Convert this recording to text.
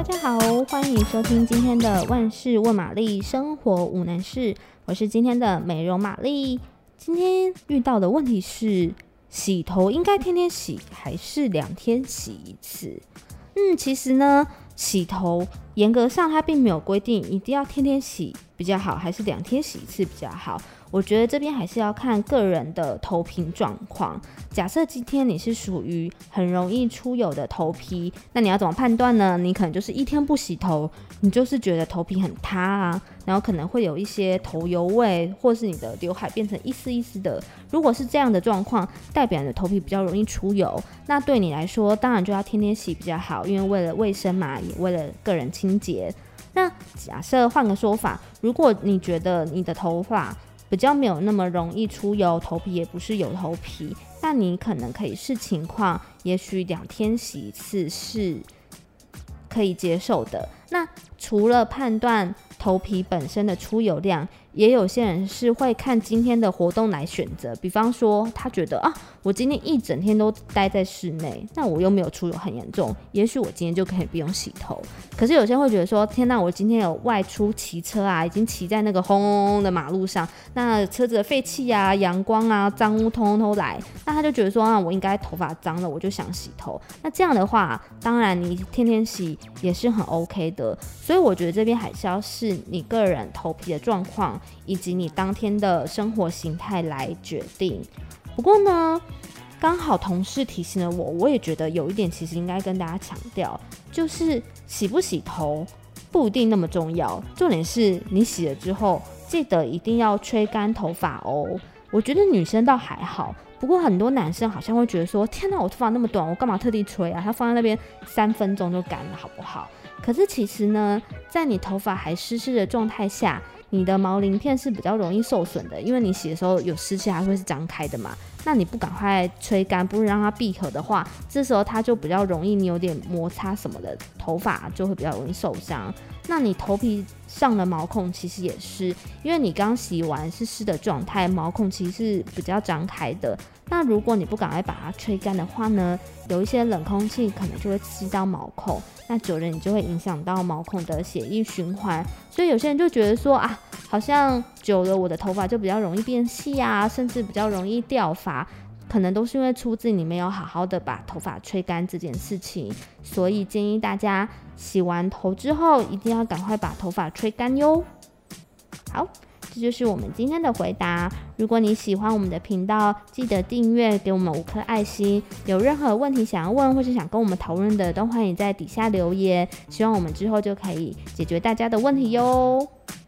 家好，欢迎收听今天的万事问玛丽，生活无难事。我是今天的美容玛丽。今天遇到的问题是，洗头应该天天洗还是2天洗一次？其实呢，洗头严格上它并没有规定一定要天天洗比较好，还是2天洗一次比较好。我觉得这边还是要看个人的头皮状况。假设今天你是属于很容易出油的头皮，那你要怎么判断呢？你可能就是1天不洗头，你就是觉得头皮很塌啊，然后可能会有一些头油味，或是你的刘海变成一丝一丝的。如果是这样的状况，代表你的头皮比较容易出油，那对你来说当然就要天天洗比较好，因为为了卫生嘛，也为了个人清洁。那假设换个说法，如果你觉得你的头发比较没有那么容易出油，头皮也不是油头皮，那你可能可以视情况，也许2天洗一次是可以接受的。那除了判断头皮本身的出油量，也有些人是会看今天的活动来选择。比方说他觉得我今天一整天都待在室内，那我又没有出油很严重，也许我今天就可以不用洗头。可是有些人会觉得说，天哪，我今天有外出骑车啊，已经骑在那个轰轰轰的马路上，那车子的废气啊、阳光啊、脏污通通来，那他就觉得说我应该头发脏了，我就想洗头。那这样的话，当然你天天洗也是很 OK 的。所以我觉得这边还是要视你个人头皮的状况，以及你当天的生活形态来决定。不过呢，刚好同事提醒了我也觉得有一点其实应该跟大家强调，就是洗不洗头不一定那么重要，重点是你洗了之后记得一定要吹干头发哦。我觉得女生倒还好，不过很多男生好像会觉得说，天哪，我头发那么短，我干嘛特地吹啊？它放在那边3分钟就干了，好不好？可是其实呢，在你头发还湿湿的状态下，你的毛鳞片是比较容易受损的，因为你洗的时候有湿气，还会是张开的嘛。那你不赶快吹干，不让它闭合的话，这时候它就比较容易，你有点摩擦什么的，头发就会比较容易受伤。那你头皮上的毛孔其实也是，因为你刚洗完是湿的状态，毛孔其实是比较张开的。那如果你不赶快把它吹干的话呢，有一些冷空气可能就会刺激到毛孔，那久了你就会影响到毛孔的血液循环。所以有些人就觉得说好像久了我的头发就比较容易变细啊，甚至比较容易掉发，可能都是因为出自你没有好好的把头发吹干这件事情。所以建议大家洗完头之后一定要赶快把头发吹干哟。好，这就是我们今天的回答。如果你喜欢我们的频道，记得订阅，给我们5颗爱心。有任何问题想要问或是想跟我们讨论的，都欢迎在底下留言，希望我们之后就可以解决大家的问题哟。